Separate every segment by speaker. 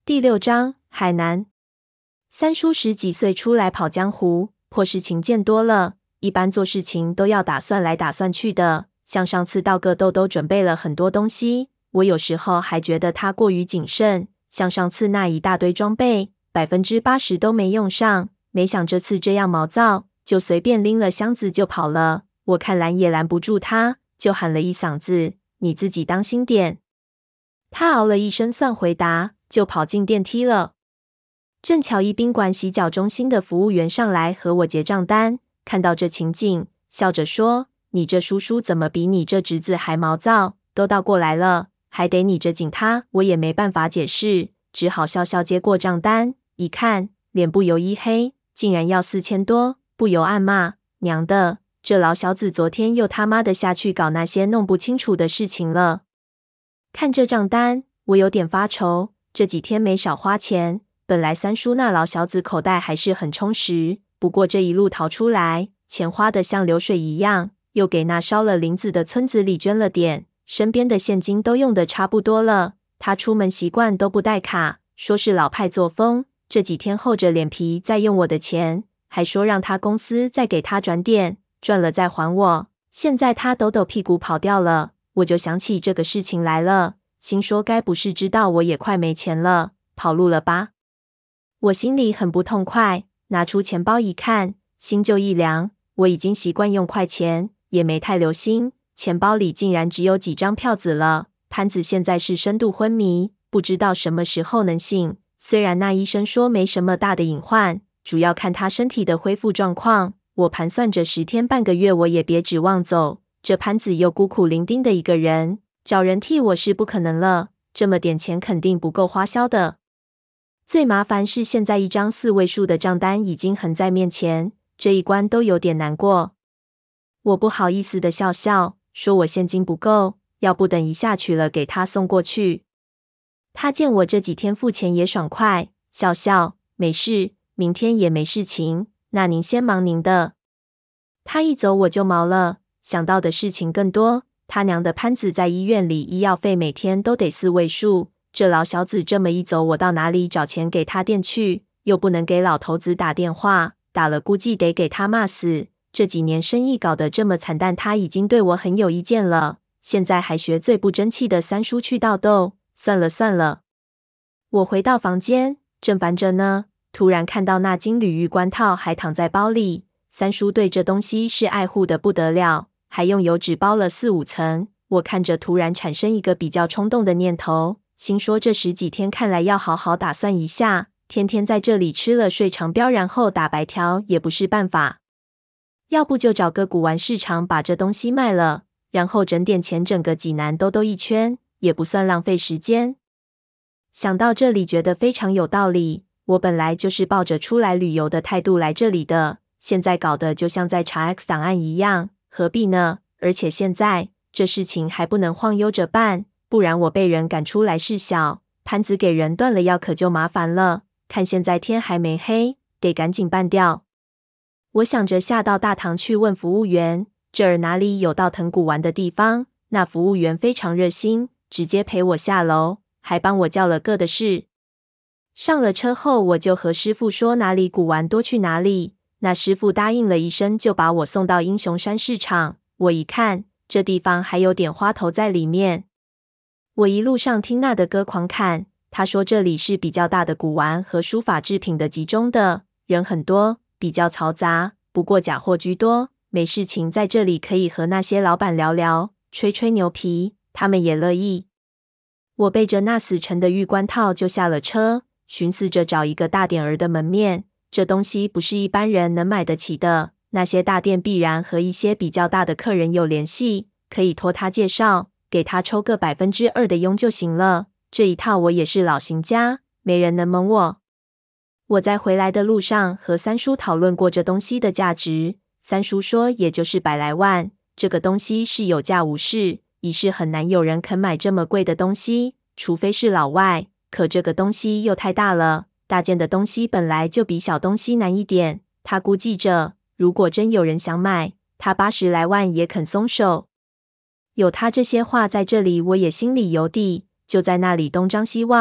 Speaker 1: 第6章海南。三叔10几岁出来跑江湖，破事情见多了，一般做事情都要打算来打算去的。像上次到个豆都准备了很多东西，我有时候还觉得他过于谨慎，像上次那一大堆装备，80%都没用上。没想这次这样毛躁，就随便拎了箱子就跑了。我看拦也拦不住他，就喊了一嗓子：“你自己当心点。”他嗷了一声算回答，就跑进电梯了。正巧一宾馆洗脚中心的服务员上来和我结账单，看到这情景，笑着说：“你这叔叔怎么比你这侄子还毛躁？都倒过来了，还得你这紧他。”我也没办法解释，只好笑笑接过账单，一看脸不由一黑，竟然要4000多，不由暗骂：“娘的，这老小子昨天又他妈的下去搞那些弄不清楚的事情了。”看这账单，我有点发愁，这几天没少花钱。本来三叔那老小子口袋还是很充实，不过这一路逃出来，钱花得像流水一样，又给那烧了林子的村子里捐了点，身边的现金都用得差不多了。他出门习惯都不带卡，说是老派作风，这几天厚着脸皮在用我的钱，还说让他公司再给他转点，赚了再还我。现在他抖抖屁股跑掉了，我就想起这个事情来了，心说该不是知道我也快没钱了，跑路了吧？我心里很不痛快，拿出钱包一看，心就一凉。我已经习惯用快钱，也没太留心，钱包里竟然只有几张票子了。潘子现在是深度昏迷，不知道什么时候能醒。虽然那医生说没什么大的隐患，主要看他身体的恢复状况。我盘算着10天半个月我也别指望走。这潘子又孤苦伶仃的一个人，找人替我是不可能了，这么点钱肯定不够花销的。最麻烦是现在一张4位数的账单已经横在面前，这一关都有点难过。我不好意思的笑笑，说我现金不够，要不等一下取了给他送过去。他见我这几天付钱也爽快，笑笑，没事，明天也没事情，那您先忙您的。他一走我就毛了，想到的事情更多。他娘的潘子在医院里医药费每天都得4位数，这老小子这么一走，我到哪里找钱给他垫去？又不能给老头子打电话，打了估计得给他骂死。这几年生意搞得这么惨淡，他已经对我很有意见了，现在还学最不争气的三叔去倒斗，算了算了。我回到房间，正烦着呢，突然看到那金缕玉冠套还躺在包里。三叔对这东西是爱护的不得了，还用油纸包了4、5层。我看着突然产生一个比较冲动的念头，心说这10几天看来要好好打算一下，天天在这里吃了睡长膘然后打白条也不是办法。要不就找个古玩市场把这东西卖了，然后整点钱整个济南兜一圈，也不算浪费时间。想到这里觉得非常有道理，我本来就是抱着出来旅游的态度来这里的，现在搞得就像在查 X 档案一样，何必呢？而且现在这事情还不能晃悠着办，不然我被人赶出来事小，潘子给人断了药可就麻烦了。看现在天还没黑，得赶紧办掉。我想着下到大堂去问服务员，这儿哪里有到藤古玩的地方？那服务员非常热心，直接陪我下楼，还帮我叫了个的事。上了车后，我就和师傅说哪里古玩多去哪里。那师傅答应了一声，就把我送到英雄山市场。我一看，这地方还有点花头在里面。我一路上听那的歌狂侃，他说这里是比较大的古玩和书法制品的集中的，人很多，比较嘈杂，不过假货居多。没事情在这里可以和那些老板聊聊，吹吹牛皮，他们也乐意。我背着那死沉的玉冠套就下了车，寻思着找一个大点儿的门面，这东西不是一般人能买得起的。那些大店必然和一些比较大的客人有联系，可以托他介绍，给他抽个2%的佣就行了。这一套我也是老行家，没人能蒙我。我在回来的路上和三叔讨论过这东西的价值，三叔说也就是100来万，这个东西是有价无市，一是很难有人肯买这么贵的东西，除非是老外，可这个东西又太大了，大件的东西本来就比小东西难一点。他估计着，如果真有人想买，他80来万也肯松手。有他这些话在这里，我也心里有底，就在那里东张西望。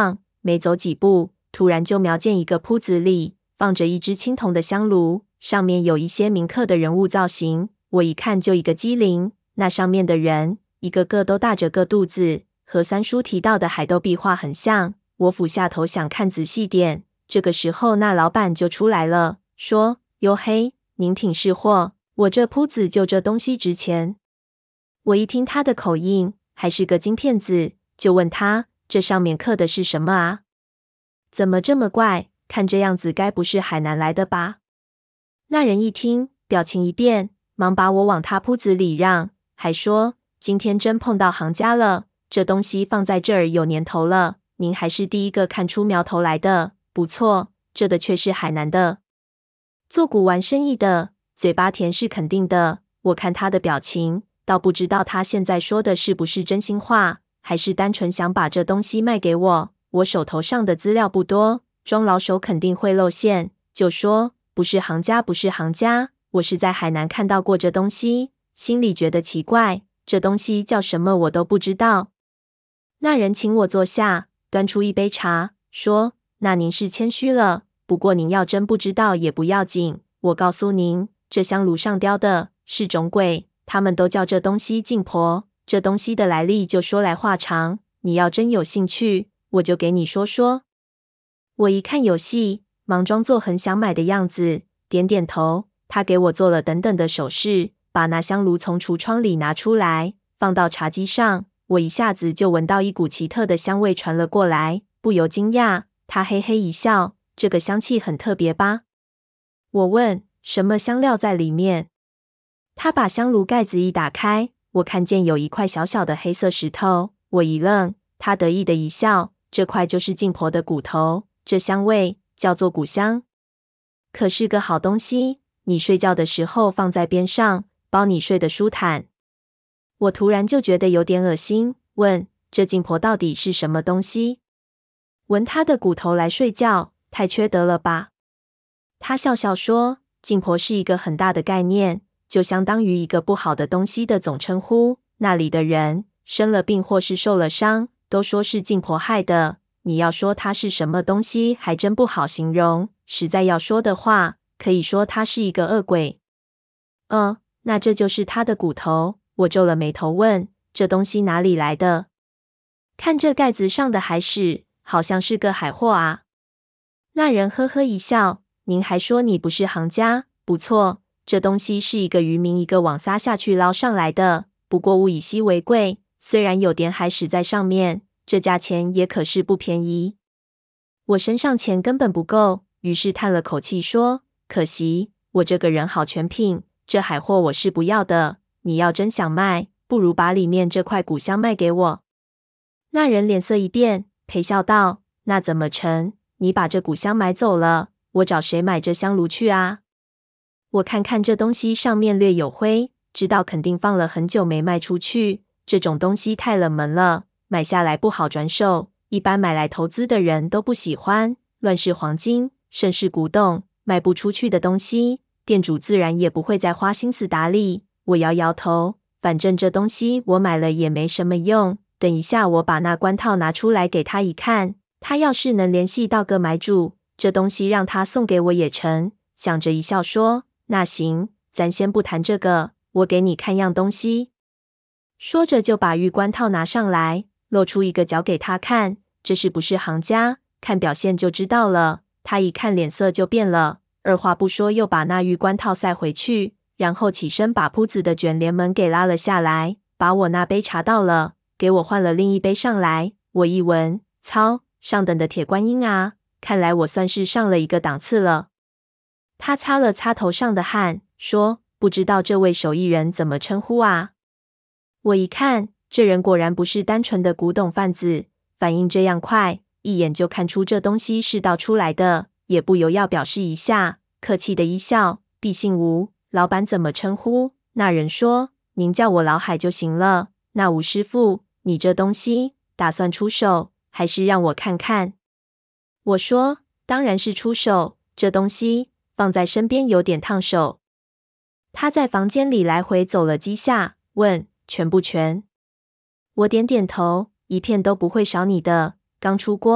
Speaker 1: 没走几步，突然就瞄见一个铺子里放着一只青铜的香炉，上面有一些铭刻的人物造型。我一看就一个机灵，那上面的人一个个都大着个肚子，和三叔提到的海斗壁画很像。我俯下头想看仔细点，这个时候那老板就出来了，说：“哟嘿，您挺识货，我这铺子就这东西值钱。”我一听他的口音，还是个金骗子，就问他：“这上面刻的是什么啊？怎么这么怪？看这样子该不是海南来的吧？”那人一听，表情一变，忙把我往他铺子里让，还说：“今天真碰到行家了，这东西放在这儿有年头了，您还是第一个看出苗头来的，不错，这的确是海南的。”做古玩生意的，嘴巴甜是肯定的，我看他的表情，倒不知道他现在说的是不是真心话，还是单纯想把这东西卖给我。我手头上的资料不多，装老手肯定会露馅，就说：“不是行家，不是行家，我是在海南看到过这东西，心里觉得奇怪，这东西叫什么我都不知道。”那人请我坐下，端出一杯茶，说：“那您是谦虚了，不过您要真不知道也不要紧，我告诉您，这香炉上雕的是种鬼，他们都叫这东西镜婆。这东西的来历就说来话长，你要真有兴趣，我就给你说说。”我一看有戏，忙装作很想买的样子，点点头。他给我做了等等的手势，把那香炉从橱窗里拿出来，放到茶几上。我一下子就闻到一股奇特的香味传了过来，不由惊讶。他嘿嘿一笑：“这个香气很特别吧？”我问：“什么香料在里面？”他把香炉盖子一打开，我看见有一块小小的黑色石头。我一愣，他得意的一笑：“这块就是镜婆的骨头，这香味叫做骨香，可是个好东西，你睡觉的时候放在边上，包你睡得舒坦。”我突然就觉得有点恶心，问：“这镜婆到底是什么东西？闻他的骨头来睡觉，太缺德了吧？”他笑笑说：“镜婆是一个很大的概念，就相当于一个不好的东西的总称呼。那里的人生了病或是受了伤，都说是镜婆害的。你要说它是什么东西，还真不好形容。实在要说的话，可以说它是一个恶鬼。”那这就是他的骨头。我皱了眉头问：“这东西哪里来的？看这盖子上的海史，好像是个海货啊。”那人呵呵一笑：“您还说你不是行家？不错，这东西是一个渔民一个网撒下去捞上来的，不过物以稀为贵，虽然有点海史在上面，这价钱也可是不便宜。”我身上钱根本不够，于是叹了口气说：“可惜，我这个人好全品，这海货我是不要的。你要真想卖，不如把里面这块骨香卖给我。”那人脸色一变，陪笑道：“那怎么成？你把这骨香买走了，我找谁买这香炉去啊？”我看看这东西上面略有灰，知道肯定放了很久没卖出去。这种东西太冷门了，买下来不好转手，一般买来投资的人都不喜欢。乱世黄金，盛世古董，卖不出去的东西，店主自然也不会再花心思打理。我摇摇头，反正这东西我买了也没什么用。等一下我把那官套拿出来给他一看，他要是能联系到个买主，这东西让他送给我也成。想着一笑说：“那行，咱先不谈这个，我给你看样东西。”说着就把玉官套拿上来，露出一个角给他看。这是不是行家？看表现就知道了。他一看脸色就变了，二话不说又把那玉官套塞回去，然后起身把铺子的卷帘门给拉了下来，把我那杯茶倒了，给我换了另一杯上来。我一闻，操，上等的铁观音啊，看来我算是上了一个档次了。他擦了擦头上的汗，说：“不知道这位手艺人怎么称呼啊？”我一看，这人果然不是单纯的古董贩子，反应这样快，一眼就看出这东西是盗出来的，也不由要表示一下，客气的一笑：“毕姓吴，老板怎么称呼？”那人说：“您叫我老海就行了。”那吴师傅，你这东西打算出手，还是让我看看？我说：“当然是出手，这东西放在身边有点烫手。”他在房间里来回走了几下，问：“全不全？”我点点头：“一片都不会少你的。刚出锅，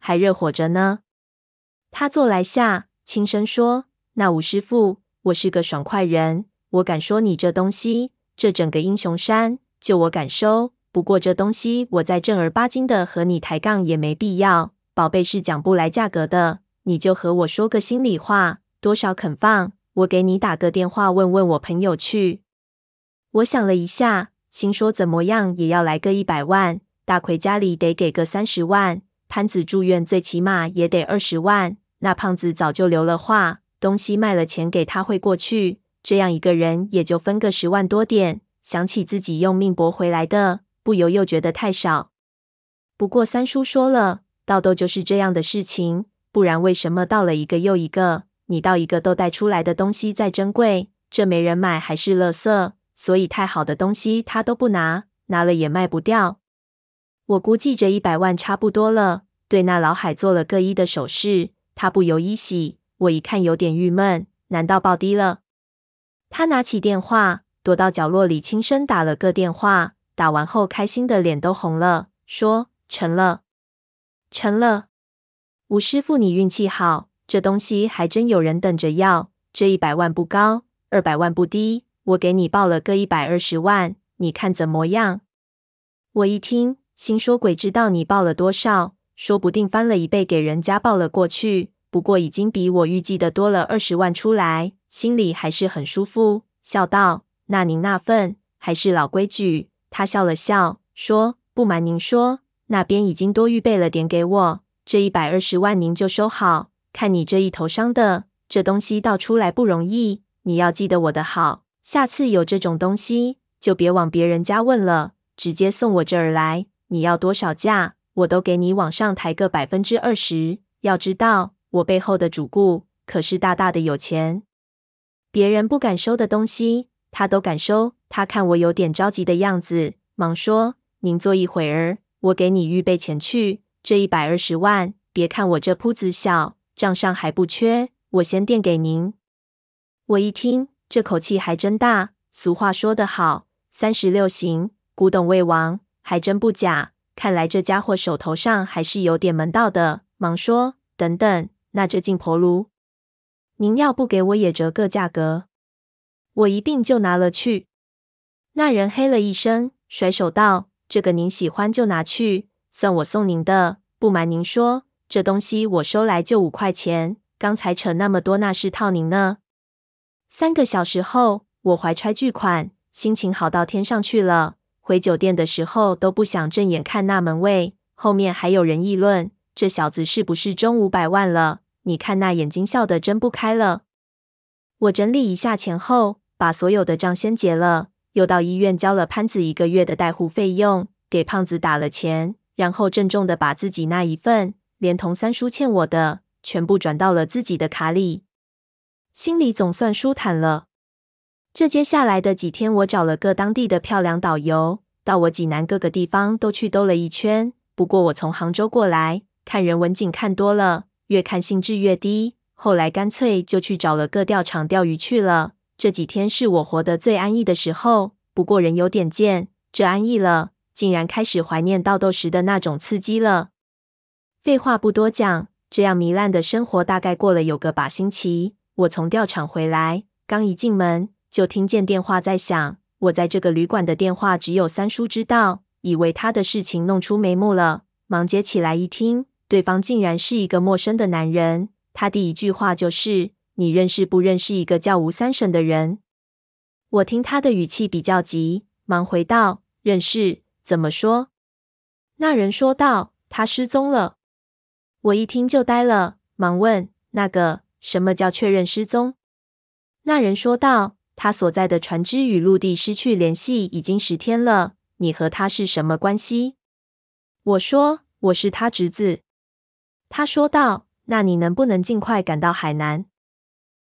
Speaker 1: 还热火着呢。他坐来下，轻声说：“那武师傅，我是个爽快人，我敢说你这东西，这整个英雄山，就我敢收。不过这东西我再正儿八经的和你抬杠也没必要，宝贝是讲不来价格的，你就和我说个心里话，多少肯放？我给你打个电话问问我朋友去。”我想了一下，心说怎么样也要来个100万，大奎家里得给个30万，潘子住院最起码也得20万。那胖子早就留了话，东西卖了钱给他会过去，这样一个人也就分个10万多点。想起自己用命搏回来的，不由又觉得太少。不过三叔说了，盗豆就是这样的事情，不然为什么盗了一个又一个？你盗一个豆带出来的东西再珍贵，这没人买还是垃圾，所以太好的东西他都不拿，拿了也卖不掉。我估计这100万差不多了，对那老海做了个1的手势，他不由一喜，我一看有点郁闷，难道报低了？他拿起电话，躲到角落里轻声打了个电话，打完后开心的脸都红了，说：“成了，成了。吴师傅你运气好，这东西还真有人等着要，这100万不高，200万不低，我给你报了个120万，你看怎么样？”我一听，心说鬼知道你报了多少，说不定翻了1倍给人家报了过去，不过已经比我预计的多了20万出来，心里还是很舒服，笑道：“那您那份还是老规矩。”他笑了笑，说：“不瞒您说，那边已经多预备了点给我，这120万您就收好。看你这一头伤的，这东西倒出来不容易，你要记得我的好，下次有这种东西，就别往别人家问了，直接送我这儿来。你要多少价，我都给你往上抬个20%。要知道，我背后的主顾可是大大的有钱，别人不敢收的东西，他都敢收。”他看我有点着急的样子，忙说：“您坐一会儿，我给你预备钱去。这120万，别看我这铺子小，账上还不缺，我先垫给您。”我一听，这口气还真大。俗话说得好，36行，古董未亡，还真不假。看来这家伙手头上还是有点门道的，忙说：“等等，那这净婆炉，您要不给我也折个价格，我一并就拿了去。”那人嘿了一声，甩手道：“这个您喜欢就拿去，算我送您的。不瞒您说，这东西我收来就5块钱，刚才扯那么多那是套您呢。”3个小时后，我怀揣巨款，心情好到天上去了。回酒店的时候都不想正眼看那门卫，后面还有人议论，这小子是不是中500万了？你看那眼睛笑得睁不开了。我整理一下钱后，把所有的账先结了。又到医院交了潘子1个月的带护费用，给胖子打了钱，然后郑重的把自己那一份，连同三叔欠我的，全部转到了自己的卡里，心里总算舒坦了。这接下来的几天，我找了个当地的漂亮导游，到我济南各个地方都去兜了一圈。不过我从杭州过来，看人文景看多了，越看兴致越低，后来干脆就去找了个钓场钓鱼去了。这几天是我活得最安逸的时候，不过人有点贱，这安逸了，竟然开始怀念盗豆时的那种刺激了。废话不多讲，这样糜烂的生活大概过了有个把星期。我从钓场回来，刚一进门，就听见电话在响。我在这个旅馆的电话只有三叔知道，以为他的事情弄出眉目了，忙接起来一听，对方竟然是一个陌生的男人。他第一句话就是：“你认识不认识一个叫吴三省的人？”我听他的语气比较急，忙回道：“认识，怎么说？”那人说道：“他失踪了。”我一听就呆了，忙问：“那个，什么叫确认失踪？”那人说道：“他所在的船只与陆地失去联系已经10天了，你和他是什么关系？”我说：“我是他侄子。”他说道：“那你能不能尽快赶到海南？